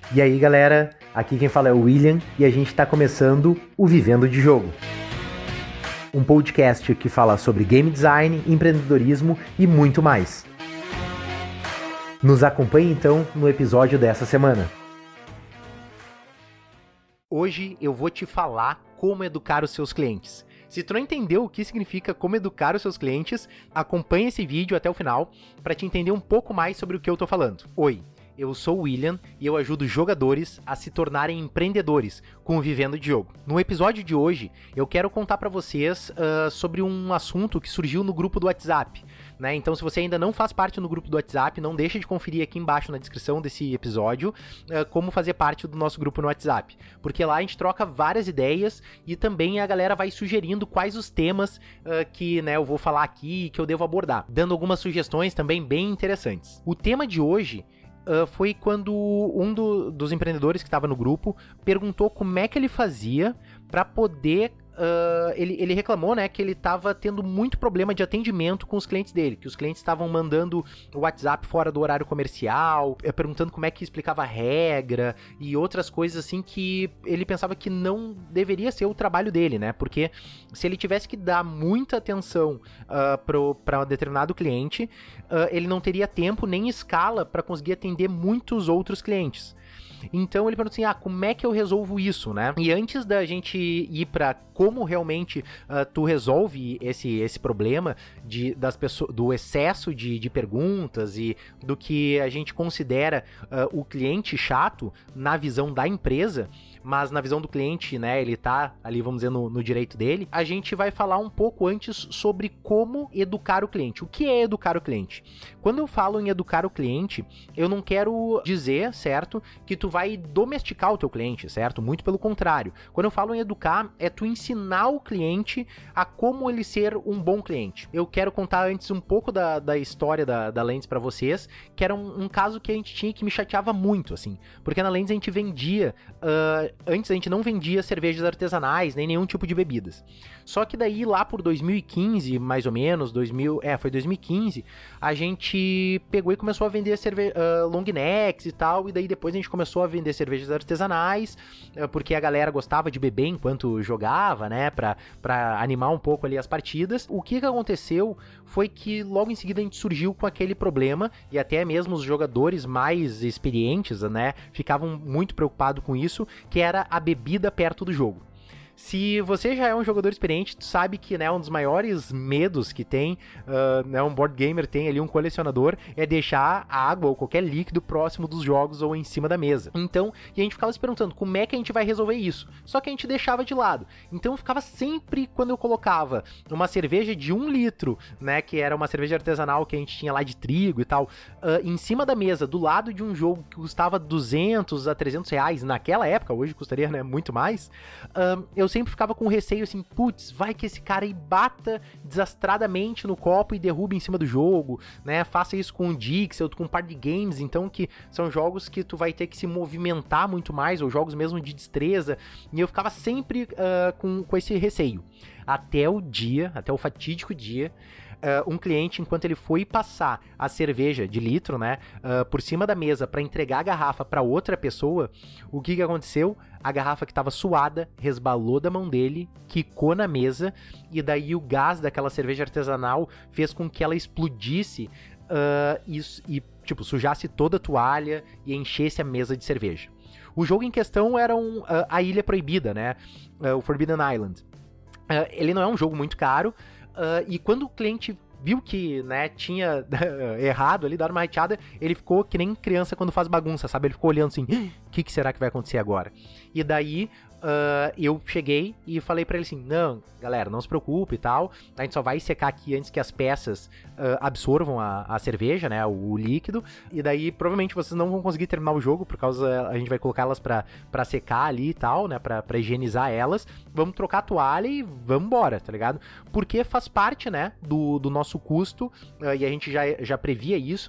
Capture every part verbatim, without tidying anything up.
E aí galera, aqui quem fala é o William e a gente está começando o Vivendo de Jogo. Um podcast que fala sobre game design, empreendedorismo e muito mais. Nos acompanhe então no episódio dessa semana. Hoje eu vou te falar como educar os seus clientes. Se tu não entendeu o que significa como educar os seus clientes, acompanhe esse vídeo até o final para te entender um pouco mais sobre o que eu tô falando. Oi, eu sou o William e eu ajudo jogadores a se tornarem empreendedores com o Vivendo de Jogo. No episódio de hoje, eu quero contar para vocês uh, sobre um assunto que surgiu no grupo do WhatsApp. Né? Então, se você ainda não faz parte do grupo do WhatsApp, não deixa de conferir aqui embaixo na descrição desse episódio uh, como fazer parte do nosso grupo no WhatsApp. Porque lá a gente troca várias ideias e também a galera vai sugerindo quais os temas uh, que né, eu vou falar aqui e que eu devo abordar, dando algumas sugestões também bem interessantes. O tema de hoje Uh, foi quando um do, dos empreendedores que estava no grupo perguntou como é que ele fazia para poder... Uh, ele, ele reclamou, né, que ele estava tendo muito problema de atendimento com os clientes dele, que os clientes estavam mandando o WhatsApp fora do horário comercial, perguntando como é que explicava a regra e outras coisas assim que ele pensava que não deveria ser o trabalho dele, né, porque se ele tivesse que dar muita atenção uh, para um determinado cliente, uh, ele não teria tempo nem escala para conseguir atender muitos outros clientes. Então ele perguntou assim, ah, como é que eu resolvo isso, né? E antes da gente ir pra como realmente uh, tu resolve esse, esse problema de, das pessoas, do excesso de, de perguntas e do que a gente considera uh, o cliente chato na visão da empresa, mas na visão do cliente, né, ele tá ali, vamos dizer, no, no direito dele, a gente vai falar um pouco antes sobre como educar o cliente. O que é educar o cliente? Quando eu falo em educar o cliente, eu não quero dizer, certo, que tu vai domesticar o teu cliente, certo? Muito pelo contrário. Quando eu falo em educar, é tu ensinar o cliente a como ele ser um bom cliente. Eu quero contar antes um pouco da, da história da, da Lentes pra vocês, que era um, um caso que a gente tinha que me chateava muito, assim, porque na Lentes a gente vendia... Uh, Antes a gente não vendia cervejas artesanais, nem nenhum tipo de bebidas. Só que daí lá por dois mil e quinze, mais ou menos, dois mil, é, foi dois mil e quinze, a gente pegou e começou a vender cerve- uh, long necks e tal, e daí depois a gente começou a vender cervejas artesanais, uh, porque a galera gostava de beber enquanto jogava, né, pra, pra animar um pouco ali as partidas. O que que aconteceu foi que logo em seguida a gente surgiu com aquele problema, e até mesmo os jogadores mais experientes, né, ficavam muito preocupados com isso, que era a bebida perto do jogo. Se você já é um jogador experiente, tu sabe que, né, um dos maiores medos que tem, uh, né, um board gamer tem ali, um colecionador, é deixar água ou qualquer líquido próximo dos jogos ou em cima da mesa. Então, e a gente ficava se perguntando como é que a gente vai resolver isso. Só que a gente deixava de lado. Então eu ficava sempre, quando eu colocava uma cerveja de um litro, né, que era uma cerveja artesanal que a gente tinha lá de trigo e tal, uh, em cima da mesa, do lado de um jogo que custava duzentos a trezentos reais naquela época, hoje custaria, né, muito mais, uh, eu Eu sempre ficava com receio assim, putz, vai que esse cara aí bata desastradamente no copo e derruba em cima do jogo, né, faça isso com o Dixel, com Party Games, então que são jogos que tu vai ter que se movimentar muito mais, ou jogos mesmo de destreza, e eu ficava sempre uh, com, com esse receio, até o dia, até o fatídico dia, Uh, um cliente, enquanto ele foi passar a cerveja de litro, né, uh, por cima da mesa para entregar a garrafa para outra pessoa, o que que aconteceu? A garrafa que estava suada resbalou da mão dele, quicou na mesa, e daí o gás daquela cerveja artesanal fez com que ela explodisse uh, e, e, tipo, sujasse toda a toalha e enchesse a mesa de cerveja. O jogo em questão era um, uh, a Ilha Proibida, né, uh, o Forbidden Island. Uh, ele não é um jogo muito caro, Uh, e quando o cliente viu que, né, tinha errado ali, dado uma rateada, ele ficou que nem criança quando faz bagunça, sabe? Ele ficou olhando assim, o que, que será que vai acontecer agora? E daí, uh, eu cheguei e falei pra ele assim, não, galera, não se preocupe e tal, a gente só vai secar aqui antes que as peças uh, absorvam a, a cerveja, né, o, o líquido, e daí provavelmente vocês não vão conseguir terminar o jogo, por causa, a gente vai colocar elas pra, pra secar ali e tal, né, pra, pra higienizar elas, vamos trocar a toalha e vamos embora, tá ligado? Porque faz parte, né, do, do nosso custo, uh, e a gente já, já previa isso,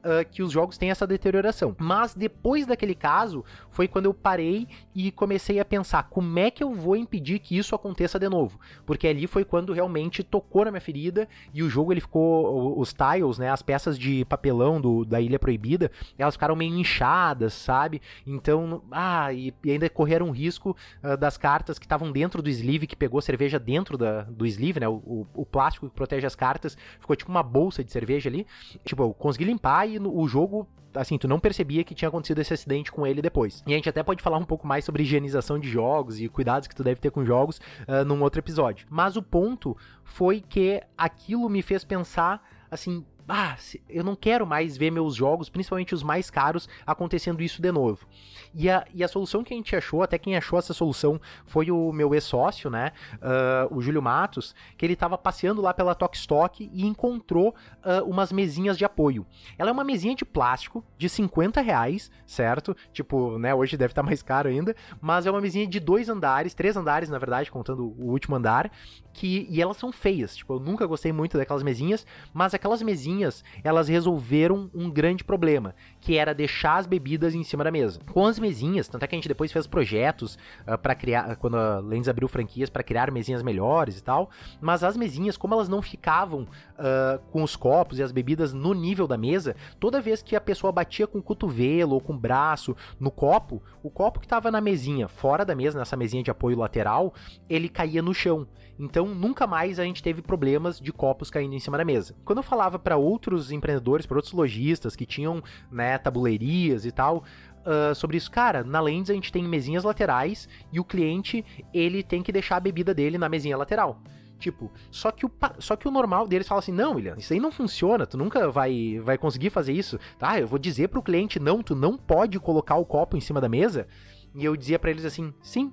uh, que os jogos têm essa deterioração. Mas depois daquele caso, foi quando eu parei e comecei a pensar como é que eu vou impedir que isso aconteça de novo. Porque ali foi quando realmente tocou na minha ferida e o jogo ele ficou, os tiles, né, as peças de papelão do, da Ilha Proibida, elas ficaram meio inchadas, sabe? Então, ah, e, e ainda correram um risco uh, das cartas que estavam dentro do sleeve, que pegou cerveja dentro da, do sleeve, né, o, o, o plástico que protege as cartas, ficou tipo uma bolsa de cerveja ali. Tipo, eu consegui limpar e no, o jogo, assim, tu não percebia que tinha acontecido esse acidente com ele depois. E a gente até pode falar um pouco mais sobre higienização de jogos e cuidados que tu deve ter com jogos uh, num outro episódio. Mas o ponto foi que aquilo me fez pensar, assim, ah, eu não quero mais ver meus jogos, principalmente os mais caros, acontecendo isso de novo. E a, e a solução que a gente achou, até quem achou essa solução foi o meu ex-sócio, né, uh, o Júlio Matos, que ele tava passeando lá pela Tokstok e encontrou uh, umas mesinhas de apoio. Ela é uma mesinha de plástico de cinquenta reais, certo? Tipo, né, hoje deve estar mais caro ainda, mas é uma mesinha de dois andares, três andares, na verdade, contando o último andar, que, e elas são feias. Tipo, eu nunca gostei muito daquelas mesinhas, mas aquelas mesinhas, elas resolveram um grande problema, que era deixar as bebidas em cima da mesa. Com as mesinhas, tanto é que a gente depois fez projetos uh, para criar, quando a Lens abriu franquias para criar mesinhas melhores e tal, mas as mesinhas, como elas não ficavam uh, com os copos e as bebidas no nível da mesa, toda vez que a pessoa batia com o cotovelo ou com o braço no copo, o copo que estava na mesinha, fora da mesa, nessa mesinha de apoio lateral, ele caía no chão. Então, nunca mais a gente teve problemas de copos caindo em cima da mesa. Quando eu falava para outros empreendedores, para outros lojistas que tinham, né, tabuleirias e tal, uh, sobre isso, cara, na Lens a gente tem mesinhas laterais e o cliente, ele tem que deixar a bebida dele na mesinha lateral. Tipo, só que o, só que o normal deles fala assim, não, William, isso aí não funciona, tu nunca vai, vai conseguir fazer isso. Tá, eu vou dizer pro cliente, não, tu não pode colocar o copo em cima da mesa. E eu dizia pra eles assim, sim,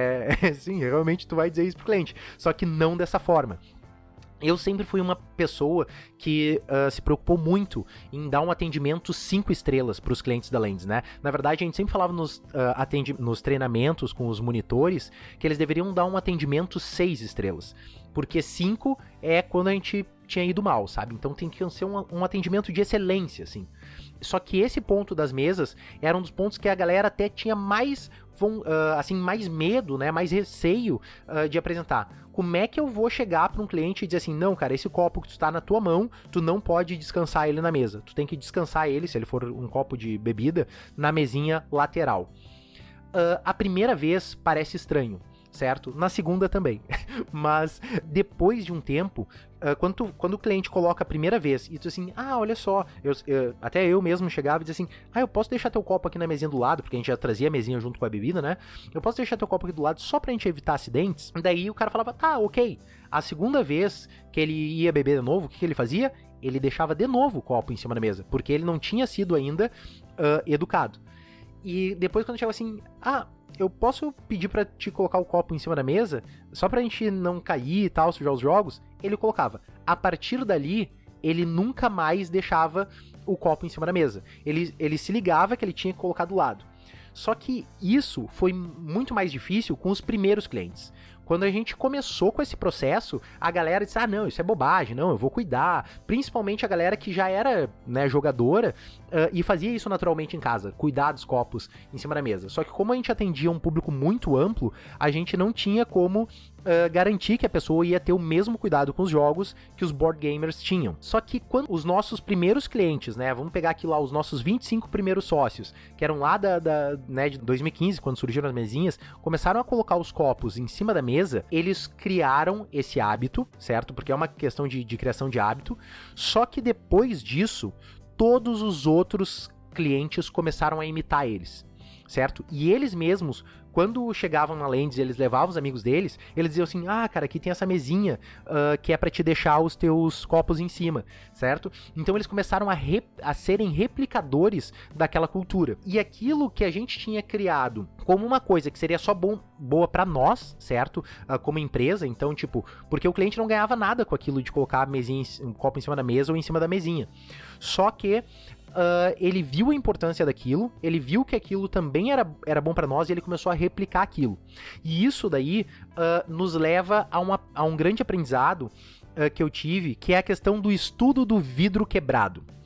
é, sim, realmente tu vai dizer isso pro cliente, só que não dessa forma. Eu sempre fui uma pessoa que uh, se preocupou muito em dar um atendimento cinco estrelas para os clientes da Lens, né? Na verdade, a gente sempre falava nos, uh, atendi- nos treinamentos com os monitores que eles deveriam dar um atendimento seis estrelas, porque cinco é quando a gente tinha ido mal, sabe? Então tem que ser um, um atendimento de excelência, assim. Só que esse ponto das mesas era um dos pontos que a galera até tinha mais, uh, assim, mais medo, né? Mais receio uh, de apresentar. Como é que eu vou chegar para um cliente e dizer assim, não, cara, esse copo que tu tá na tua mão, tu não pode descansar ele na mesa. Tu tem que descansar ele, se ele for um copo de bebida, na mesinha lateral. Uh, a primeira vez parece estranho, certo? Na segunda também. Mas depois de um tempo, uh, quando, tu, quando o cliente coloca a primeira vez e tu assim, ah, olha só, eu, eu, até eu mesmo chegava e dizia assim, ah, eu posso deixar teu copo aqui na mesinha do lado, porque a gente já trazia a mesinha junto com a bebida, né? Eu posso deixar teu copo aqui do lado só pra gente evitar acidentes? Daí o cara falava, tá, ok. A segunda vez que ele ia beber de novo, o que, que ele fazia? Ele deixava de novo o copo em cima da mesa, porque ele não tinha sido ainda uh, educado. E depois quando chegava assim, ah, eu posso pedir pra te colocar o copo em cima da mesa, só pra gente não cair e tal, sujar os jogos? Ele colocava. A partir dali, ele nunca mais deixava o copo em cima da mesa. Ele, ele se ligava que ele tinha que colocar do lado. Só que isso foi muito mais difícil com os primeiros clientes. Quando a gente começou com esse processo, a galera disse, ah, não, isso é bobagem, não, eu vou cuidar. Principalmente a galera que já era, né, jogadora uh, e fazia isso naturalmente em casa, cuidar dos copos em cima da mesa. Só que como a gente atendia um público muito amplo, a gente não tinha como Uh, garantir que a pessoa ia ter o mesmo cuidado com os jogos que os board gamers tinham. Só que quando os nossos primeiros clientes, né, vamos pegar aqui lá os nossos vinte e cinco primeiros sócios, que eram lá da, da, né, de dois mil e quinze, quando surgiram as mesinhas, começaram a colocar os copos em cima da mesa, eles criaram esse hábito, certo? Porque é uma questão de, de criação de hábito, só que depois disso, todos os outros clientes começaram a imitar eles, certo? E eles mesmos, quando chegavam na Lens e eles levavam os amigos deles, eles diziam assim, ah, cara, aqui tem essa mesinha uh, que é pra te deixar os teus copos em cima, certo? Então eles começaram a, rep- a serem replicadores daquela cultura. E aquilo que a gente tinha criado como uma coisa que seria só bom, boa pra nós, certo? Uh, como empresa, então, tipo, porque o cliente não ganhava nada com aquilo de colocar a mesinha, um copo em cima da mesa ou em cima da mesinha. Só que Uh, ele viu a importância daquilo, ele viu que aquilo também era, era bom pra nós e ele começou a replicar aquilo. E isso daí uh, nos leva a, uma, a um grande aprendizado uh, que eu tive, que é a questão do estudo do vidro quebrado.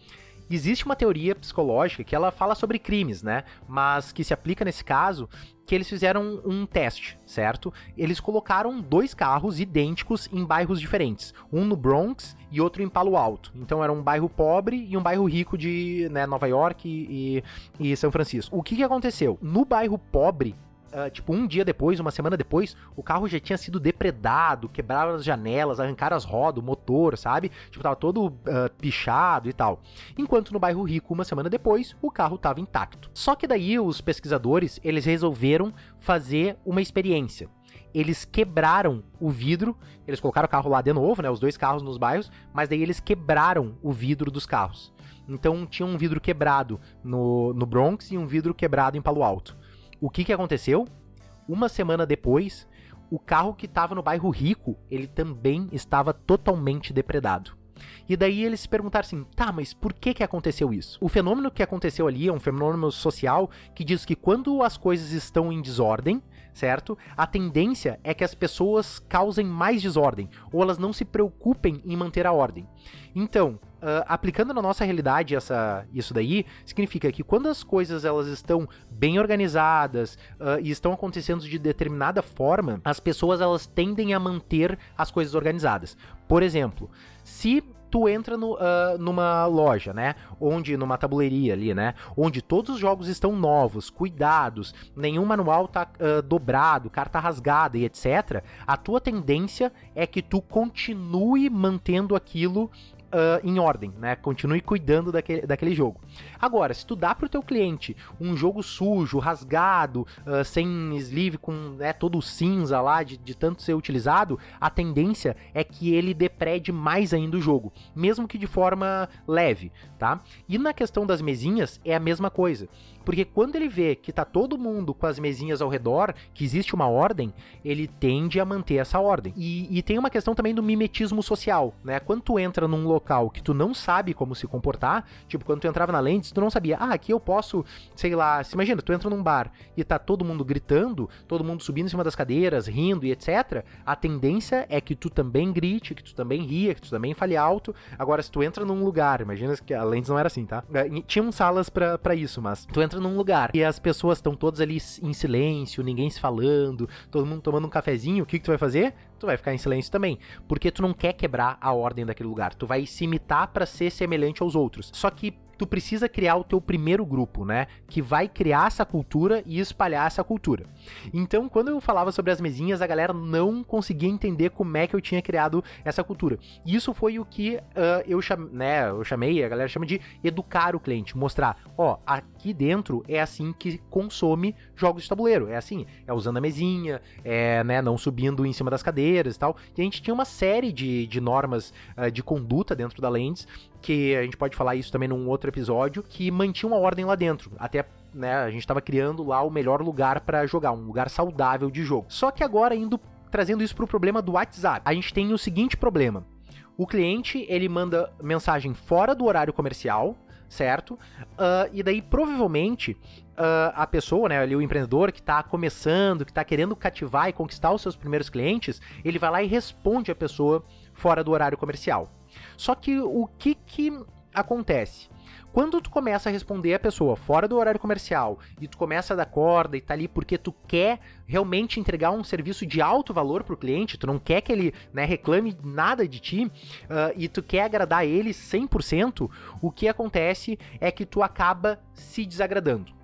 Existe uma teoria psicológica que ela fala sobre crimes, né? Mas que se aplica nesse caso, que eles fizeram um teste, certo? Eles colocaram dois carros idênticos em bairros diferentes. Um no Bronx e outro em Palo Alto. Então era um bairro pobre e um bairro rico de, né, Nova York e, e São Francisco. O que que aconteceu? No bairro pobre, Uh, tipo, um dia depois, uma semana depois, o carro já tinha sido depredado, quebraram as janelas, arrancaram as rodas, o motor, sabe? Tipo, tava todo uh, pichado e tal. Enquanto no bairro rico, uma semana depois, o carro tava intacto. Só que daí os pesquisadores, eles resolveram fazer uma experiência. Eles quebraram o vidro, eles colocaram o carro lá de novo, né? Os dois carros nos bairros, mas daí eles quebraram o vidro dos carros. Então tinha um vidro quebrado no, no Bronx e um vidro quebrado em Palo Alto. O que que aconteceu? Uma semana depois, o carro que estava no bairro rico, ele também estava totalmente depredado. E daí eles se perguntaram assim, tá, mas por que que aconteceu isso? O fenômeno que aconteceu ali é um fenômeno social que diz que quando as coisas estão em desordem, certo? A tendência é que as pessoas causem mais desordem, ou elas não se preocupem em manter a ordem. Então, uh, aplicando na nossa realidade essa, isso daí, significa que quando as coisas elas estão bem organizadas uh, e estão acontecendo de determinada forma, as pessoas elas tendem a manter as coisas organizadas. Por exemplo, se tu entra no, uh, numa loja, né, onde, numa tabuleiria ali, né, onde todos os jogos estão novos, cuidados, nenhum manual tá uh, dobrado, carta rasgada e etcétera, a tua tendência é que tu continue mantendo aquilo Uh, em ordem, né? Continue cuidando daquele, daquele jogo. Agora, se tu dá pro teu cliente um jogo sujo, rasgado, uh, sem sleeve, com né, todo cinza lá, de, de tanto ser utilizado, a tendência é que ele deprede mais ainda o jogo, mesmo que de forma leve, tá? E na questão das mesinhas, é a mesma coisa. Porque quando ele vê que tá todo mundo com as mesinhas ao redor, que existe uma ordem, ele tende a manter essa ordem. E, e tem uma questão também do mimetismo social, né? Quando tu entra num local que tu não sabe como se comportar, tipo, quando tu entrava na Lentes, tu não sabia, ah, aqui eu posso, sei lá, se imagina, tu entra num bar e tá todo mundo gritando, todo mundo subindo em cima das cadeiras, rindo e etcétera, a tendência é que tu também grite, que tu também ria, que tu também fale alto. Agora, se tu entra num lugar, imagina que a Lentes não era assim, tá? Tinham salas pra, pra isso, mas tu entra num lugar e as pessoas estão todas ali em silêncio, ninguém se falando, todo mundo tomando um cafezinho, o que que tu vai fazer? Tu vai ficar em silêncio também, porque tu não quer quebrar a ordem daquele lugar, tu vai se imitar pra ser semelhante aos outros. Só que tu precisa criar o teu primeiro grupo, né? Que vai criar essa cultura e espalhar essa cultura. Então, quando eu falava sobre as mesinhas, a galera não conseguia entender como é que eu tinha criado essa cultura. E isso foi o que uh, eu, cham... né, eu chamei, a galera chama de educar o cliente, mostrar, ó, aqui dentro é assim que consome jogos de tabuleiro, é assim, é usando a mesinha, é, né, não subindo em cima das cadeiras e tal. E a gente tinha uma série de, de normas uh, de conduta dentro da Lentes, que a gente pode falar isso também num outro episódio, que mantinha uma ordem lá dentro, até, né, a gente estava criando lá o melhor lugar para jogar, um lugar saudável de jogo. Só que agora, indo, trazendo isso pro problema do WhatsApp, a gente tem o seguinte problema, o cliente, ele manda mensagem fora do horário comercial, certo? Uh, e daí, provavelmente, uh, a pessoa, né, ali o empreendedor que tá começando, que tá querendo cativar e conquistar os seus primeiros clientes, ele vai lá e responde a pessoa fora do horário comercial. Só que o que que acontece? Quando tu começa a responder a pessoa fora do horário comercial e tu começa a dar corda e tá ali porque tu quer realmente entregar um serviço de alto valor pro cliente, tu não quer que ele, né, reclame nada de ti, uh, e tu quer agradar ele cem por cento, o que acontece é que tu acaba se desagradando.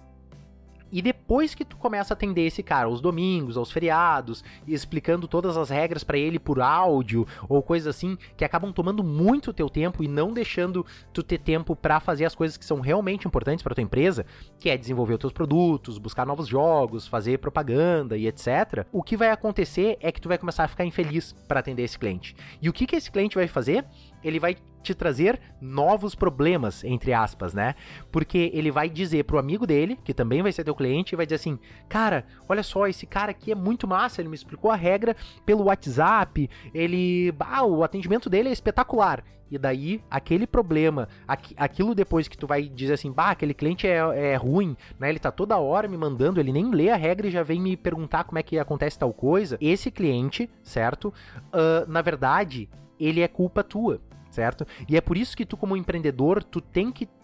E depois que tu começa a atender esse cara aos domingos, aos feriados, e explicando todas as regras pra ele por áudio, ou coisas assim, que acabam tomando muito teu tempo e não deixando tu ter tempo pra fazer as coisas que são realmente importantes pra tua empresa, que é desenvolver os teus produtos, buscar novos jogos, fazer propaganda e etcétera, o que vai acontecer é que tu vai começar a ficar infeliz pra atender esse cliente. E o que que esse cliente vai fazer? Ele vai te trazer novos problemas, entre aspas, né? Porque ele vai dizer pro amigo dele, que também vai ser teu cliente, e vai dizer assim, cara, olha só, esse cara aqui é muito massa, ele me explicou a regra pelo WhatsApp, ele, ah, o atendimento dele é espetacular. E daí, aquele problema, aqu- aquilo depois que tu vai dizer assim, bah, aquele cliente é, é ruim, né? Ele tá toda hora me mandando, ele nem lê a regra e já vem me perguntar como é que acontece tal coisa. Esse cliente, certo? Uh, na verdade, ele é culpa tua. Certo? E é por isso que tu, como empreendedor, tu tem que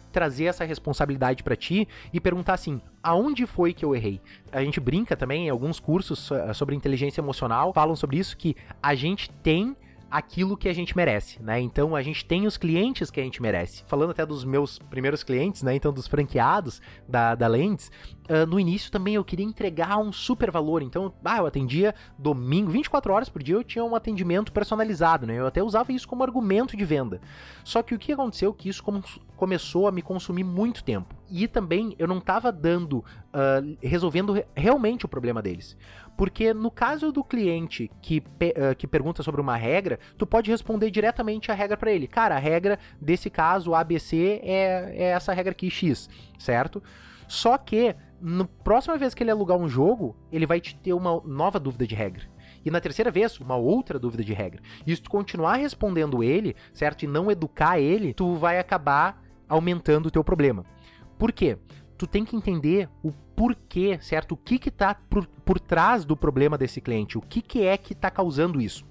trazer essa responsabilidade pra ti e perguntar assim, aonde foi que eu errei? A gente brinca também em alguns cursos sobre inteligência emocional, falam sobre isso, que a gente tem aquilo que a gente merece, né? Então a gente tem os clientes que a gente merece. Falando até dos meus primeiros clientes, né? Então dos franqueados da, da Lentes, uh, no início também eu queria entregar um super valor. Então, ah, eu atendia domingo, vinte e quatro horas por dia eu tinha um atendimento personalizado, né? Eu até usava isso como argumento de venda. Só que o que aconteceu? Que isso com, começou a me consumir muito tempo. E também eu não estava dando, uh, resolvendo re- realmente o problema deles. Porque no caso do cliente que, pe- uh, que pergunta sobre uma regra, tu pode responder diretamente a regra para ele. Cara, a regra desse caso A B C é, é essa regra aqui X, certo? Só que na próxima vez que ele alugar um jogo, ele vai te ter uma nova dúvida de regra. E na terceira vez, uma outra dúvida de regra. E se tu continuar respondendo ele, certo? E não educar ele, tu vai acabar aumentando o teu problema. Por quê? Tu tem que entender o porquê, certo? O que que tá por, por trás do problema desse cliente, o que que é que tá causando isso.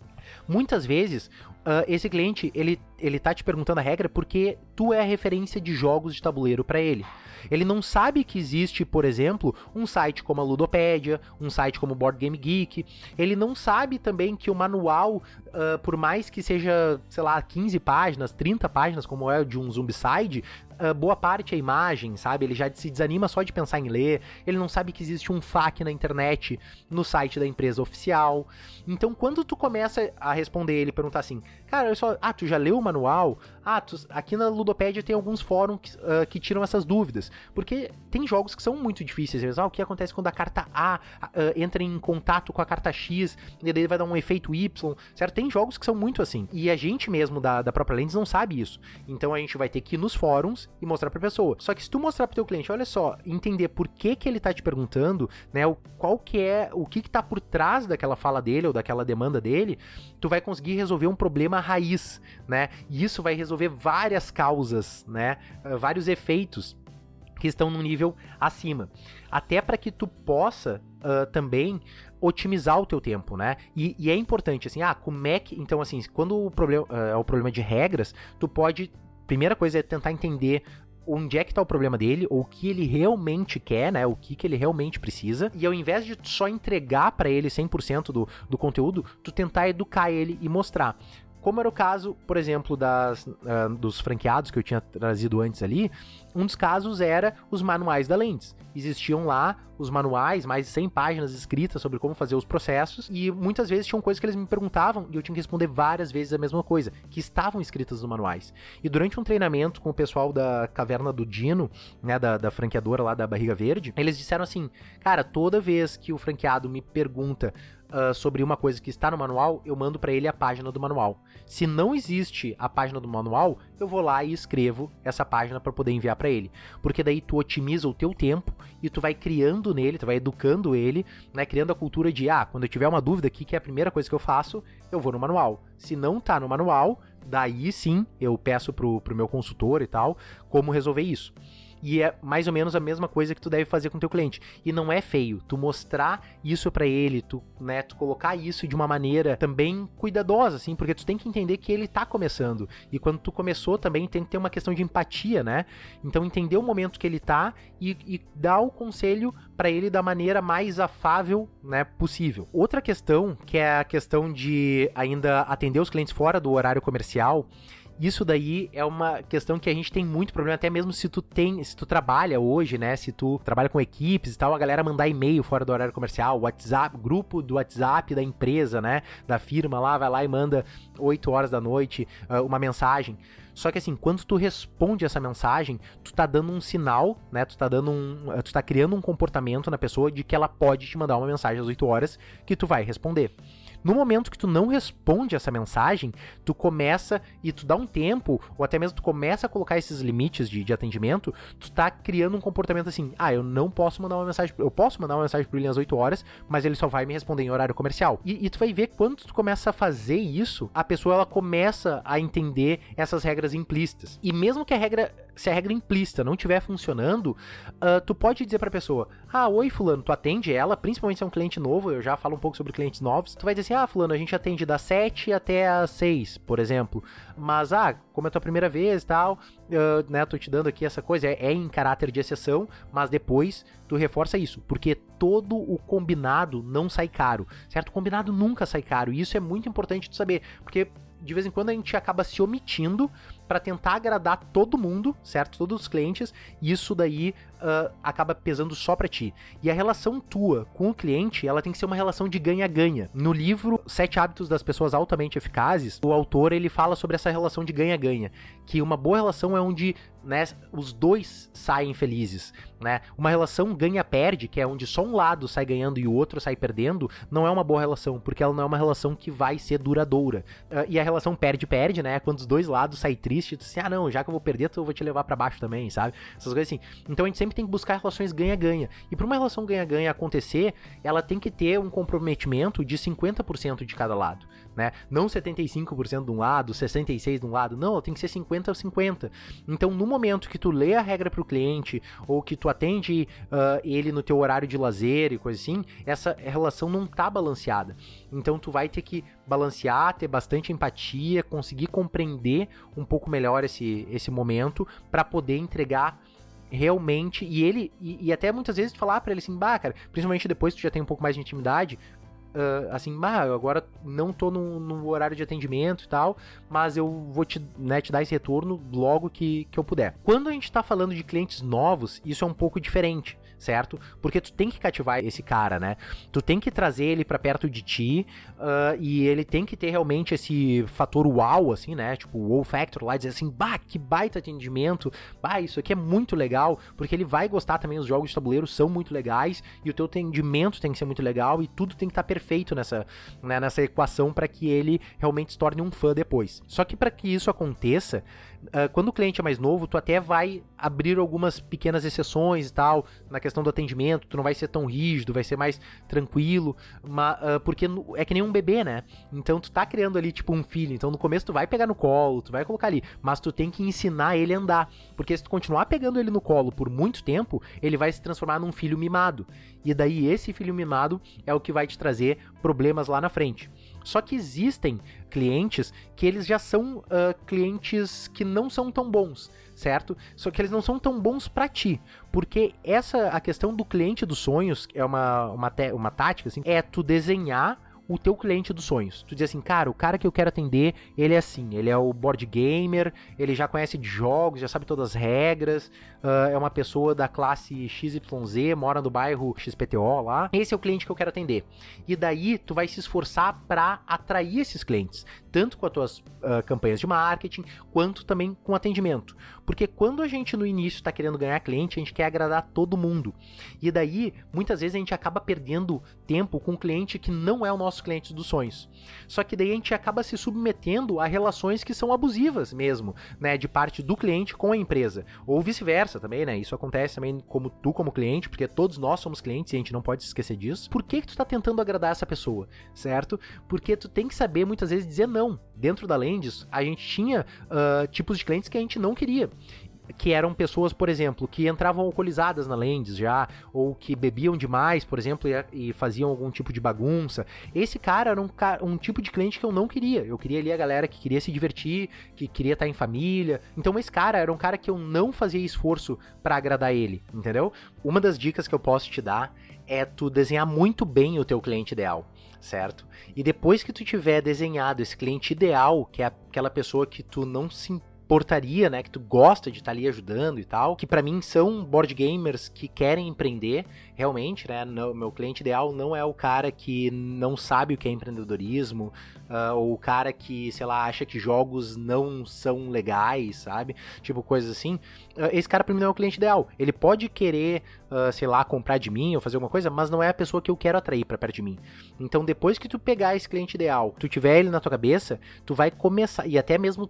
Muitas vezes, uh, esse cliente, ele, ele tá te perguntando a regra porque tu é a referência de jogos de tabuleiro para ele. Ele não sabe que existe, por exemplo, um site como a Ludopédia, um site como o Board Game Geek. Ele não sabe também que o manual, uh, por mais que seja, sei lá, quinze páginas, trinta páginas, como é o de um Zombicide, uh, boa parte é imagem, sabe? Ele já se desanima só de pensar em ler. Ele não sabe que existe um F A Q na internet, no site da empresa oficial. Então, quando tu começa a responder ele, perguntar assim, cara, eu só, ah, tu já leu o manual? Ah, tu, aqui na Ludopédia tem alguns fóruns que, uh, que tiram essas dúvidas. Porque tem jogos que são muito difíceis. Ah, o que acontece quando a carta A uh, entra em contato com a carta X, e daí vai dar um efeito Y, certo? Tem jogos que são muito assim. E a gente mesmo da, da própria Lentes não sabe isso. Então a gente vai ter que ir nos fóruns e mostrar pra pessoa. Só que se tu mostrar pro teu cliente, olha só, entender por que que ele tá te perguntando, né, o, qual que é, o que que tá por trás daquela fala dele ou daquela demanda dele, tu vai conseguir resolver um problema raiz, né? E isso vai resolver várias causas, né? Uh, vários efeitos que estão num nível acima. Até para que tu possa uh, também otimizar o teu tempo, né? E, e é importante, assim, ah, como é que... Então, assim, quando o problema uh, é o problema de regras, tu pode... Primeira coisa é tentar entender onde é que tá o problema dele, ou o que ele realmente quer, né, o que, que ele realmente precisa, e ao invés de só entregar para ele cem por cento do, do conteúdo, tu tentar educar ele e mostrar. Como era o caso, por exemplo, das, uh, dos franqueados que eu tinha trazido antes ali, um dos casos era os manuais da Lentes. Existiam lá os manuais, mais de cem páginas escritas sobre como fazer os processos, e muitas vezes tinham coisas que eles me perguntavam e eu tinha que responder várias vezes a mesma coisa, que estavam escritas nos manuais. E durante um treinamento com o pessoal da Caverna do Dino, né, da, da franqueadora lá da Barriga Verde, eles disseram assim, cara, toda vez que o franqueado me pergunta Uh, sobre uma coisa que está no manual, eu mando para ele a página do manual. Se não existe a página do manual, eu vou lá e escrevo essa página para poder enviar para ele. Porque daí tu otimiza o teu tempo e tu vai criando nele, tu vai educando ele, né, criando a cultura de, ah, quando eu tiver uma dúvida aqui, que é a primeira coisa que eu faço, eu vou no manual. Se não tá no manual, daí sim eu peço pro, pro meu consultor e tal, como resolver isso. E é mais ou menos a mesma coisa que tu deve fazer com o teu cliente. E não é feio. Tu mostrar isso pra ele, tu, né, tu colocar isso de uma maneira também cuidadosa, assim, porque tu tem que entender que ele tá começando. E quando tu começou também tem que ter uma questão de empatia, né? Então entender o momento que ele tá e, e dar o conselho pra ele da maneira mais afável, né, possível. Outra questão, que é a questão de ainda atender os clientes fora do horário comercial. Isso daí é uma questão que a gente tem muito problema, até mesmo se tu tem, se tu trabalha hoje, né, se tu trabalha com equipes e tal, a galera mandar e-mail fora do horário comercial, WhatsApp, grupo do WhatsApp da empresa, né, da firma lá, vai lá e manda oito horas da noite uh, uma mensagem. Só que assim, quando tu responde essa mensagem, tu tá dando um sinal, né, tu tá dando um, tu tá criando um comportamento na pessoa de que ela pode te mandar uma mensagem às oito horas que tu vai responder. No momento que tu não responde essa mensagem, tu começa e tu dá um tempo, ou até mesmo tu começa a colocar esses limites de, de atendimento, tu tá criando um comportamento assim, ah, eu não posso mandar uma mensagem, eu posso mandar uma mensagem pro William às oito horas, mas ele só vai me responder em horário comercial. E, e tu vai ver quando tu começa a fazer isso, a pessoa ela começa a entender essas regras regras implícitas. E mesmo que a regra, se a regra implícita não estiver funcionando, uh, tu pode dizer pra pessoa, ah, oi fulano, tu atende ela, principalmente se é um cliente novo, eu já falo um pouco sobre clientes novos, tu vai dizer assim, ah fulano, a gente atende das sete até as seis, por exemplo, mas ah, como é a tua primeira vez e tal, uh, né, tô te dando aqui essa coisa, é, é em caráter de exceção, mas depois tu reforça isso, porque todo o combinado não sai caro, certo? O combinado nunca sai caro, e isso é muito importante tu saber, porque de vez em quando a gente acaba se omitindo para tentar agradar todo mundo, certo? Todos os clientes, e isso daí uh, acaba pesando só para ti. E a relação tua com o cliente, ela tem que ser uma relação de ganha-ganha. No livro Sete Hábitos das Pessoas Altamente Eficazes, o autor ele fala sobre essa relação de ganha-ganha, que uma boa relação é onde, né, os dois saem felizes, né? Uma relação ganha-perde, que é onde só um lado sai ganhando e o outro sai perdendo, não é uma boa relação, porque ela não é uma relação que vai ser duradoura. Uh, e a relação perde-perde, né? Quando os dois lados saem tristes, tu assim, ah não, já que eu vou perder, eu vou te levar pra baixo também, sabe? Essas coisas assim. Então a gente sempre tem que buscar relações ganha-ganha. E pra uma relação ganha-ganha acontecer, ela tem que ter um comprometimento de cinquenta por cento de cada lado, né? Não setenta e cinco por cento de um lado, sessenta e seis por cento de um lado, não, ela tem que ser cinquenta a cinquenta. Então no momento que tu lê a regra pro cliente, ou que tu atende uh, ele no teu horário de lazer e coisa assim, essa relação não tá balanceada. Então tu vai ter que balancear, ter bastante empatia, conseguir compreender um pouco melhor esse, esse momento para poder entregar realmente, e ele, e, e até muitas vezes tu falar pra ele assim, bah, cara, principalmente depois que tu já tem um pouco mais de intimidade, Uh, assim, bah, eu agora não tô no, no horário de atendimento e tal, mas eu vou te, né, te dar esse retorno logo que, que eu puder. Quando a gente tá falando de clientes novos, isso é um pouco diferente, certo? Porque tu tem que cativar esse cara, né? Tu tem que trazer ele pra perto de ti, uh, e ele tem que ter realmente esse fator uau, assim, né? Tipo, o wow factor lá, dizer assim, bah, que baita atendimento, bah, isso aqui é muito legal, porque ele vai gostar também, os jogos de tabuleiro são muito legais, e o teu atendimento tem que ser muito legal, e tudo tem que estar tá perfeito feito nessa, né, nessa equação para que ele realmente se torne um fã depois. Só que para que isso aconteça, uh, quando o cliente é mais novo, tu até vai abrir algumas pequenas exceções e tal, na questão do atendimento, tu não vai ser tão rígido, vai ser mais tranquilo, mas, uh, porque é que nem um bebê, né? Então tu tá criando ali tipo um filho, então no começo tu vai pegar no colo, tu vai colocar ali, mas tu tem que ensinar ele a andar, porque se tu continuar pegando ele no colo por muito tempo, ele vai se transformar num filho mimado, e daí esse filho mimado é o que vai te trazer problemas lá na frente. Só que existem clientes que eles já são uh, clientes que não são tão bons, certo? Só que eles não são tão bons pra ti, porque essa, a questão do cliente dos sonhos, é uma, uma, uma tática, assim, é tu desenhar o teu cliente dos sonhos. Tu diz assim, cara, o cara que eu quero atender, ele é assim, ele é o board gamer, ele já conhece de jogos, já sabe todas as regras, uh, é uma pessoa da classe X Y Z, mora no bairro X P T O lá, esse é o cliente que eu quero atender. E daí, tu vai se esforçar pra atrair esses clientes, tanto com as tuas uh, campanhas de marketing, quanto também com atendimento. Porque quando a gente no início tá querendo ganhar cliente, a gente quer agradar todo mundo. E daí, muitas vezes a gente acaba perdendo tempo com um cliente que não é o nosso cliente dos sonhos. Só que daí a gente acaba se submetendo a relações que são abusivas mesmo, né, de parte do cliente com a empresa, ou vice-versa também, né, isso acontece também como tu como cliente, porque todos nós somos clientes e a gente não pode se esquecer disso. Por que que tu tá tentando agradar essa pessoa, certo? Porque tu tem que saber muitas vezes dizer não. Dentro da Lendis, a gente tinha uh, tipos de clientes que a gente não queria, que eram pessoas, por exemplo, que entravam alcoolizadas na Lendis já, ou que bebiam demais, por exemplo, e, e faziam algum tipo de bagunça. Esse cara era um, um tipo de cliente que eu não queria. Eu queria ali a galera que queria se divertir, que queria estar em família. Então esse cara era um cara que eu não fazia esforço pra agradar ele, entendeu? Uma das dicas que eu posso te dar é tu desenhar muito bem o teu cliente ideal, certo? E depois que tu tiver desenhado esse cliente ideal, que é aquela pessoa que tu não se portaria, né, que tu gosta de estar ali ajudando e tal, que pra mim são board gamers que querem empreender, realmente, né, no, meu cliente ideal não é o cara que não sabe o que é empreendedorismo, uh, ou o cara que, sei lá, acha que jogos não são legais, sabe, tipo coisas assim. Uh, esse cara pra mim não é o cliente ideal. Ele pode querer, uh, sei lá, comprar de mim ou fazer alguma coisa, mas não é a pessoa que eu quero atrair pra perto de mim. Então depois que tu pegar esse cliente ideal, tu tiver ele na tua cabeça, tu vai começar, e até mesmo tu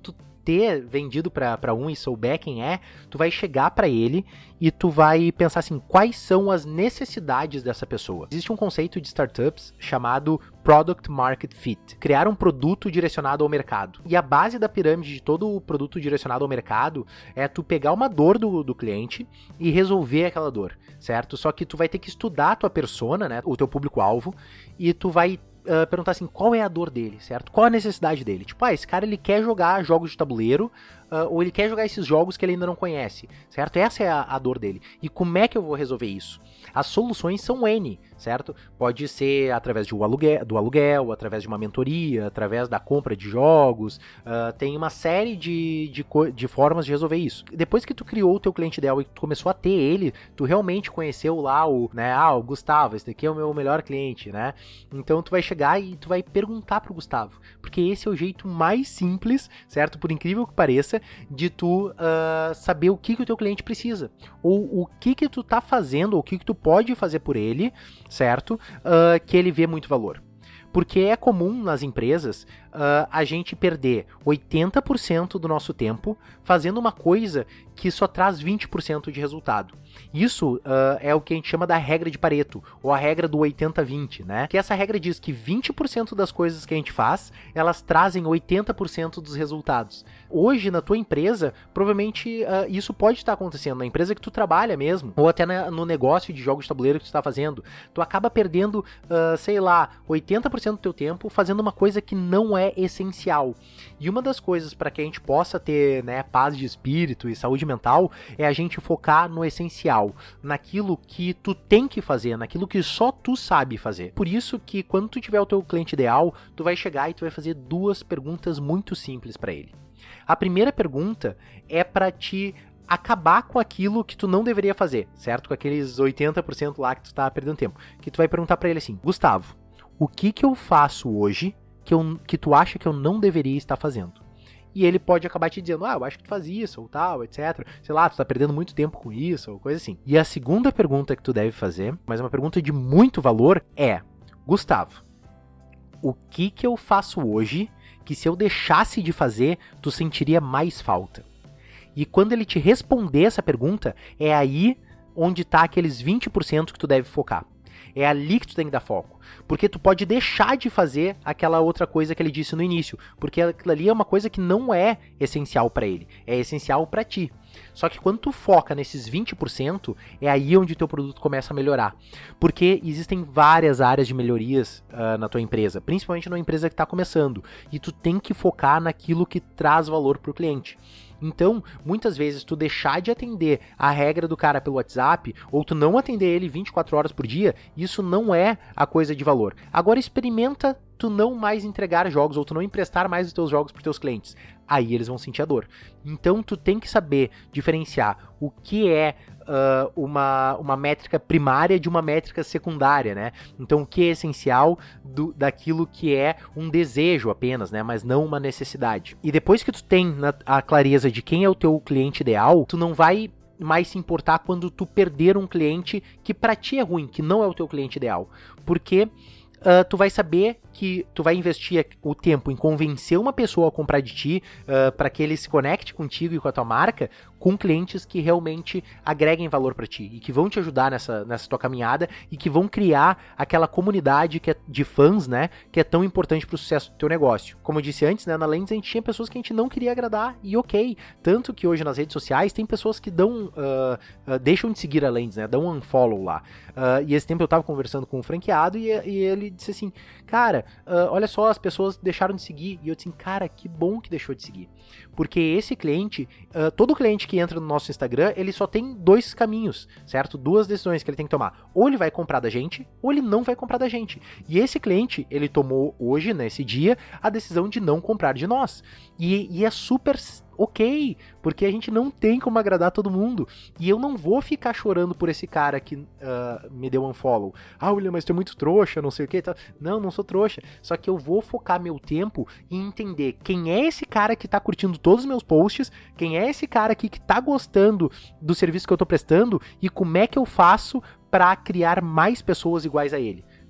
ter vendido para um e souber quem é, tu vai chegar para ele e tu vai pensar assim, quais são as necessidades dessa pessoa. Existe um conceito de startups chamado Product Market Fit, criar um produto direcionado ao mercado. E a base da pirâmide de todo o produto direcionado ao mercado é tu pegar uma dor do, do cliente e resolver aquela dor, certo? Só que tu vai ter que estudar a tua persona, né, o teu público-alvo, e tu vai Uh, perguntar assim, qual é a dor dele, certo? Qual a necessidade dele? Tipo, ah, esse cara ele quer jogar jogos de tabuleiro, uh, ou ele quer jogar esses jogos que ele ainda não conhece, certo? Essa é a, a dor dele. E como é que eu vou resolver isso? As soluções são N, certo? Pode ser através de um aluguel, do aluguel, através de uma mentoria, através da compra de jogos, uh, tem uma série de, de, de formas de resolver isso. Depois que tu criou o teu cliente ideal e tu começou a ter ele, tu realmente conheceu lá o, né, ah, o Gustavo, esse daqui é o meu melhor cliente, né? Então tu vai chegar e tu vai perguntar pro Gustavo, porque esse é o jeito mais simples, certo? Por incrível que pareça, de tu uh, saber o que, que o teu cliente precisa, ou o que que tu tá fazendo, ou o que que tu pode fazer por ele, certo? Uh, que ele vê muito valor. Porque é comum nas empresas uh, a gente perder oitenta por cento do nosso tempo fazendo uma coisa que só traz vinte por cento de resultado. Isso uh, é o que a gente chama da regra de Pareto, ou a regra do oitenta vinte, né? Que essa regra diz que vinte por cento das coisas que a gente faz, elas trazem oitenta por cento dos resultados. Hoje, na tua empresa, provavelmente uh, isso pode estar acontecendo, na empresa que tu trabalha mesmo, ou até na, no negócio de jogos de tabuleiro que tu está fazendo. Tu acaba perdendo, uh, sei lá, oitenta por cento do teu tempo fazendo uma coisa que não é essencial. E uma das coisas para que a gente possa ter, né, paz de espírito e saúde mental é a gente focar no essencial, naquilo que tu tem que fazer, naquilo que só tu sabe fazer. Por isso que quando tu tiver o teu cliente ideal, tu vai chegar e tu vai fazer duas perguntas muito simples para ele. A primeira pergunta é para te acabar com aquilo que tu não deveria fazer, certo? Com aqueles oitenta por cento lá que tu tá perdendo tempo. Que tu vai perguntar para ele assim, Gustavo, o que que eu faço hoje que, eu, que tu acha que eu não deveria estar fazendo? E ele pode acabar te dizendo, ah, eu acho que tu faz isso, ou tal, etcétera. Sei lá, tu tá perdendo muito tempo com isso, ou coisa assim. E a segunda pergunta que tu deve fazer, mas é uma pergunta de muito valor, é, Gustavo, o que que eu faço hoje que se eu deixasse de fazer, tu sentiria mais falta? E quando ele te responder essa pergunta, é aí onde tá aqueles vinte por cento que tu deve focar. É ali que tu tem que dar foco. Porque tu pode deixar de fazer aquela outra coisa que ele disse no início. Porque aquilo ali é uma coisa que não é essencial para ele. É essencial para ti. Só que quando tu foca nesses vinte por cento, é aí onde o teu produto começa a melhorar. Porque existem várias áreas de melhorias uh, na tua empresa. Principalmente numa empresa que está começando. E tu tem que focar naquilo que traz valor para o cliente. Então, muitas vezes, tu deixar de atender a regra do cara pelo WhatsApp, ou tu não atender ele vinte e quatro horas por dia, isso não é a coisa de valor. Agora experimenta tu não mais entregar jogos, ou tu não emprestar mais os teus jogos para os teus clientes. Aí eles vão sentir a dor. Então, tu tem que saber diferenciar o que é uh, uma, uma métrica primária de uma métrica secundária, né? Então, o que é essencial do, daquilo que é um desejo apenas, né? Mas não uma necessidade. E depois que tu tem a clareza de quem é o teu cliente ideal, tu não vai mais se importar quando tu perder um cliente que pra ti é ruim, que não é o teu cliente ideal. Porque uh, tu vai saber que tu vai investir o tempo em convencer uma pessoa a comprar de ti, uh, para que ele se conecte contigo e com a tua marca, com clientes que realmente agreguem valor para ti e que vão te ajudar nessa, nessa tua caminhada e que vão criar aquela comunidade que é de fãs, né, que é tão importante para o sucesso do teu negócio. Como eu disse antes, né, na Lendz a gente tinha pessoas que a gente não queria agradar e ok, tanto que hoje nas redes sociais tem pessoas que dão, uh, uh, deixam de seguir a Lendz, né, dão um unfollow lá. Uh, e esse tempo eu tava conversando com um franqueado e, e ele disse assim, cara, Uh, olha só, as pessoas deixaram de seguir. E eu disse, cara, que bom que deixou de seguir. Porque esse cliente, uh, todo cliente que entra no nosso Instagram, ele só tem dois caminhos, certo? Duas decisões que ele tem que tomar. Ou ele vai comprar da gente, ou ele não vai comprar da gente. E esse cliente, ele tomou hoje, nesse dia, a decisão de não comprar de nós. E, e é super ok, porque a gente não tem como agradar todo mundo. E eu não vou ficar chorando por esse cara que uh, me deu um unfollow. Ah, William, mas tu é muito trouxa, não sei o que. Tá. Não, não sou trouxa. Só que eu vou focar meu tempo em entender quem é esse cara que tá curtindo todos os meus posts, quem é esse cara aqui que tá gostando do serviço que eu tô prestando e como é que eu faço para criar mais pessoas iguais a ele.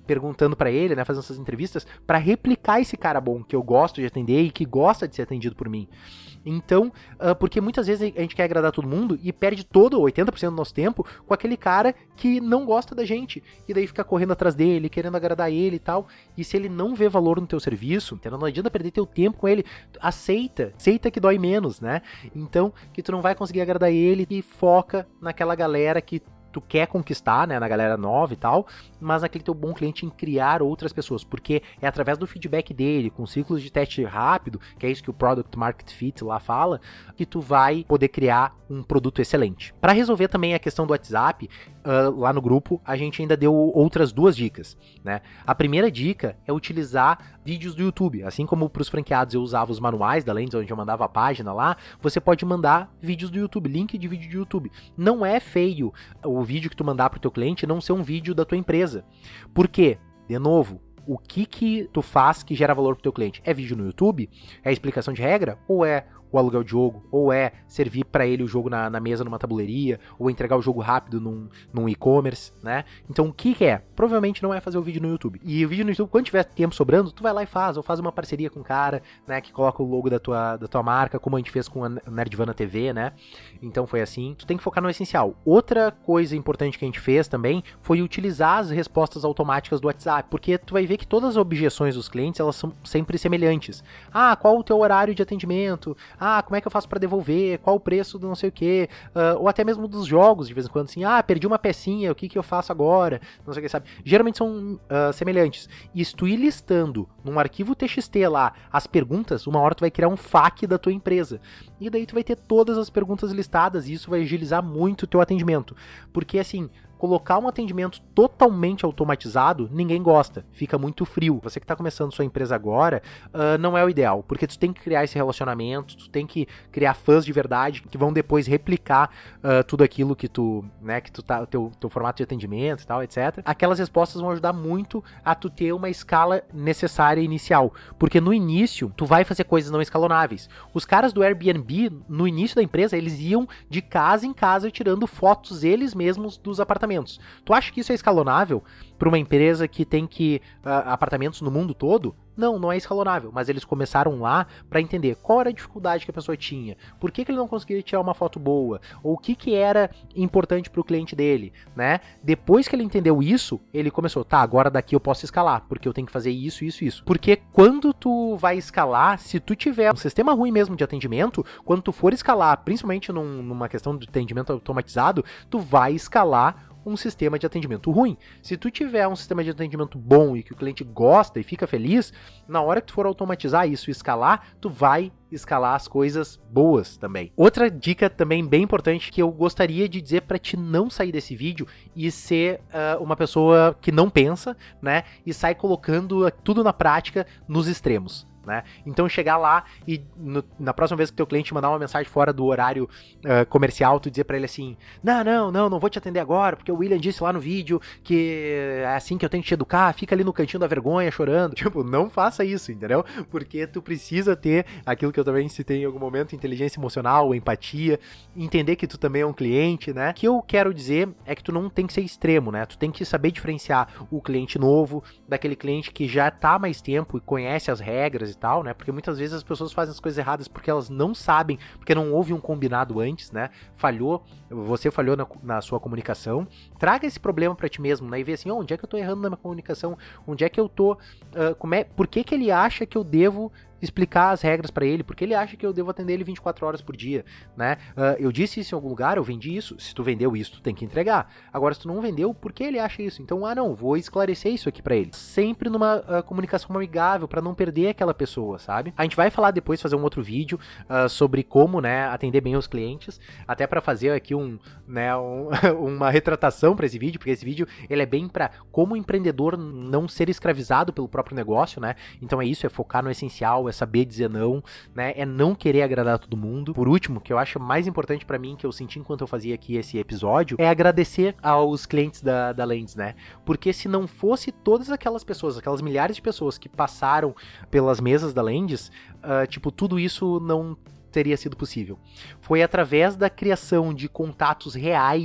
perguntando pra ele, né, fazendo essas entrevistas, pra replicar esse cara bom que eu gosto de atender e que gosta de ser atendido por mim. Então, uh, porque muitas vezes a gente quer agradar todo mundo e perde todo, oitenta por cento do nosso tempo com aquele cara que não gosta da gente. E daí fica correndo atrás dele, querendo agradar ele e tal. E se ele não vê valor no teu serviço, então não adianta perder teu tempo com ele. Aceita, aceita que dói menos, né? Então, que tu não vai conseguir agradar ele e foca naquela galera que tu quer conquistar, né, na galera nova e tal, mas naquele teu bom cliente em criar outras pessoas, porque é através do feedback dele, com ciclos de teste rápido, que é isso que o Product Market Fit lá fala, que tu vai poder criar um produto excelente. Para resolver também a questão do WhatsApp, uh, lá no grupo, a gente ainda deu outras duas dicas, né? A primeira dica é utilizar vídeos do YouTube, assim como para os franqueados eu usava os manuais da Lendz, onde eu mandava a página lá, você pode mandar vídeos do YouTube, link de vídeo do YouTube. Não é feio o vídeo que tu mandar pro teu cliente não ser um vídeo da tua empresa. Por quê? De novo, o que que tu faz que gera valor pro teu cliente? É vídeo no YouTube? É explicação de regra? Ou é o aluguel de jogo? Ou é servir para ele o jogo na, na mesa numa tabuleiria? Ou entregar o jogo rápido num, num e-commerce, né? Então o que que é? Provavelmente não é fazer o vídeo no YouTube. E o vídeo no YouTube, quando tiver tempo sobrando, tu vai lá e faz, ou faz uma parceria com um cara, né, que coloca o logo da tua, da tua marca, como a gente fez com a Nerdvana T V, né? Então foi assim. Tu tem que focar no essencial. Outra coisa importante que a gente fez também foi utilizar as respostas automáticas do WhatsApp, porque tu vai ver que todas as objeções dos clientes, elas são sempre semelhantes. Ah, qual o teu horário de atendimento? Ah, como é que eu faço pra devolver? Qual o preço do não sei o quê? Uh, ou até mesmo dos jogos, de vez em quando, assim, ah, perdi uma pecinha, o que que eu faço agora? Não sei o que, sabe? Geralmente são uh, semelhantes. E se tu ir listando num arquivo T X T lá as perguntas, uma hora tu vai criar um F A Q da tua empresa. E daí tu vai ter todas as perguntas listadas e isso vai agilizar muito o teu atendimento. Porque, assim, colocar um atendimento totalmente automatizado, ninguém gosta, fica muito frio. Você que está começando sua empresa agora, uh, não é o ideal, porque tu tem que criar esse relacionamento, tu tem que criar fãs de verdade, que vão depois replicar uh, tudo aquilo que tu, né, que tu tá, teu, teu formato de atendimento e tal, etcétera. Aquelas respostas vão ajudar muito a tu ter uma escala necessária inicial, porque no início, tu vai fazer coisas não escalonáveis. Os caras do Airbnb, no início da empresa, eles iam de casa em casa tirando fotos eles mesmos dos apartamentos. Tu acha que isso é escalonável para uma empresa que tem que uh, apartamentos no mundo todo? Não, não é escalonável, mas eles começaram lá para entender qual era a dificuldade que a pessoa tinha, por que, que ele não conseguia tirar uma foto boa, ou o que, que era importante para o cliente dele, né? Depois que ele entendeu isso, ele começou, tá, agora daqui eu posso escalar, porque eu tenho que fazer isso, isso, isso. Porque quando tu vai escalar, se tu tiver um sistema ruim mesmo de atendimento, quando tu for escalar, principalmente num, numa questão de atendimento automatizado, tu vai escalar um sistema de atendimento ruim. Se tu tiver um sistema de atendimento bom e que o cliente gosta e fica feliz, na hora que tu for automatizar isso e escalar, tu vai escalar as coisas boas também. Outra dica também bem importante que eu gostaria de dizer para te não sair desse vídeo e ser uh, uma pessoa que não pensa, né, e sai colocando tudo na prática nos extremos. Né? Então chegar lá e no, na próxima vez que teu cliente mandar uma mensagem fora do horário uh, comercial, tu dizer pra ele assim, não, não, não, não vou te atender agora, porque o William disse lá no vídeo que é assim que eu tenho que te educar, fica ali no cantinho da vergonha chorando. Tipo, não faça isso, entendeu? Porque tu precisa ter aquilo que eu também citei em algum momento, inteligência emocional, empatia, entender que tu também é um cliente, né? O que eu quero dizer é que tu não tem que ser extremo, né? Tu tem que saber diferenciar o cliente novo daquele cliente que já tá há mais tempo e conhece as regras e tal, né? Porque muitas vezes as pessoas fazem as coisas erradas porque elas não sabem, porque não houve um combinado antes, né? Falhou, você falhou na, na sua comunicação. Traga esse problema pra ti mesmo, né? E vê assim, oh, onde é que eu tô errando na minha comunicação? Onde é que eu tô... Uh, como é, por que que ele acha que eu devo explicar as regras pra ele, porque ele acha que eu devo atender ele vinte e quatro horas por dia, né? Uh, eu disse isso em algum lugar, eu vendi isso, se tu vendeu isso, tu tem que entregar. Agora, se tu não vendeu, por que ele acha isso? Então, ah não, vou esclarecer isso aqui pra ele. Sempre numa uh, comunicação amigável, pra não perder aquela pessoa, sabe? A gente vai falar depois, fazer um outro vídeo uh, sobre como, né, atender bem os clientes, até pra fazer aqui um, né, um, uma retratação pra esse vídeo, porque esse vídeo, ele é bem pra como o empreendedor não ser escravizado pelo próprio negócio, né? Então é isso, é focar no essencial, é saber dizer não, né? É não querer agradar todo mundo. Por último, que eu acho mais importante pra mim, que eu senti enquanto eu fazia aqui esse episódio, é agradecer aos clientes da, da Lendz, né? Porque se não fosse todas aquelas pessoas, aquelas milhares de pessoas que passaram pelas mesas da Lendz, uh, tipo, tudo isso não teria sido possível. Foi através da criação de contatos reais,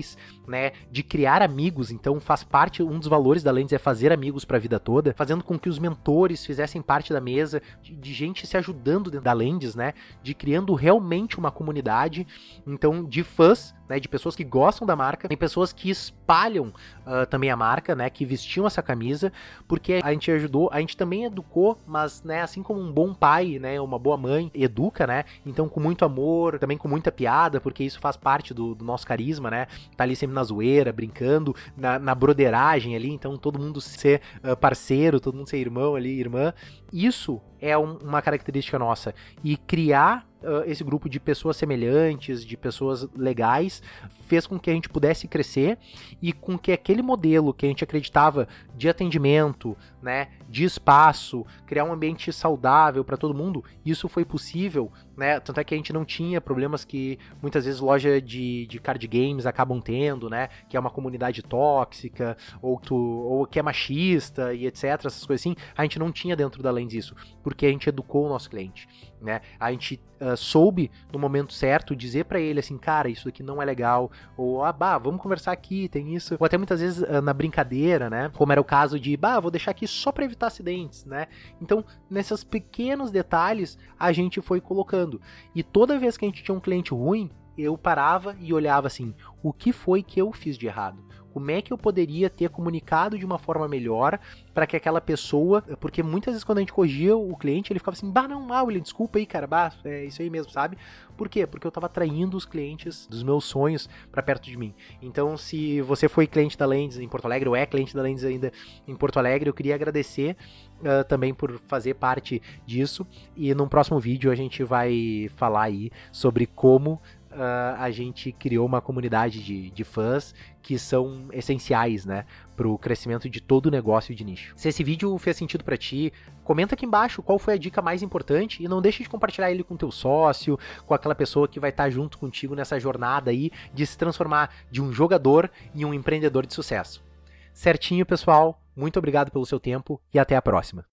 né, de criar amigos. Então faz parte, um dos valores da Lendis é fazer amigos pra vida toda, fazendo com que os mentores fizessem parte da mesa, de, de gente se ajudando dentro da Lendis, né, de criando realmente uma comunidade, então de fãs, né, de pessoas que gostam da marca, tem pessoas que espalham uh, também a marca, né, que vestiam essa camisa, porque a gente ajudou, a gente também educou, mas, né, assim como um bom pai, né, uma boa mãe educa, né, então com muito amor, também com muita piada, porque isso faz parte do, do nosso carisma, né, tá ali sempre na zoeira, brincando, na, na broderagem ali, então todo mundo ser uh, parceiro, todo mundo ser irmão ali, irmã, isso é um, uma característica nossa, e criar Uh, esse grupo de pessoas semelhantes, de pessoas legais, fez com que a gente pudesse crescer e com que aquele modelo que a gente acreditava de atendimento, né, de espaço, criar um ambiente saudável para todo mundo, isso foi possível, né, tanto é que a gente não tinha problemas que muitas vezes loja de, de card games acabam tendo, né, que é uma comunidade tóxica, ou, tu, ou que é machista e etc, essas coisas assim, a gente não tinha dentro da Lendis isso, porque a gente educou o nosso cliente, né, a gente uh, soube no momento certo dizer para ele assim, cara, isso aqui não é legal, ou ah, bah, vamos conversar aqui, tem isso, ou até muitas vezes uh, na brincadeira, né, como era o caso de, bah, vou deixar aqui só para evitar acidentes, né, então nesses pequenos detalhes a gente foi colocando, e toda vez que a gente tinha um cliente ruim, eu parava e olhava assim, o que foi que eu fiz de errado? Como é que eu poderia ter comunicado de uma forma melhor para que aquela pessoa, porque muitas vezes quando a gente corrigia o cliente, ele ficava assim, bah, não, ah, William, desculpa aí, cara, bah, é isso aí mesmo, sabe? Por quê? Porque eu tava atraindo os clientes dos meus sonhos para perto de mim. Então, se você foi cliente da Lendis em Porto Alegre, ou é cliente da Lendis ainda em Porto Alegre, eu queria agradecer uh, também por fazer parte disso, e num próximo vídeo a gente vai falar aí sobre como Uh, a gente criou uma comunidade de, de fãs que são essenciais, né, pro crescimento de todo o negócio de nicho. Se esse vídeo fez sentido pra ti, comenta aqui embaixo qual foi a dica mais importante e não deixe de compartilhar ele com teu sócio, com aquela pessoa que vai estar junto contigo nessa jornada aí de se transformar de um jogador em um empreendedor de sucesso. Certinho, pessoal? Muito obrigado pelo seu tempo e até a próxima.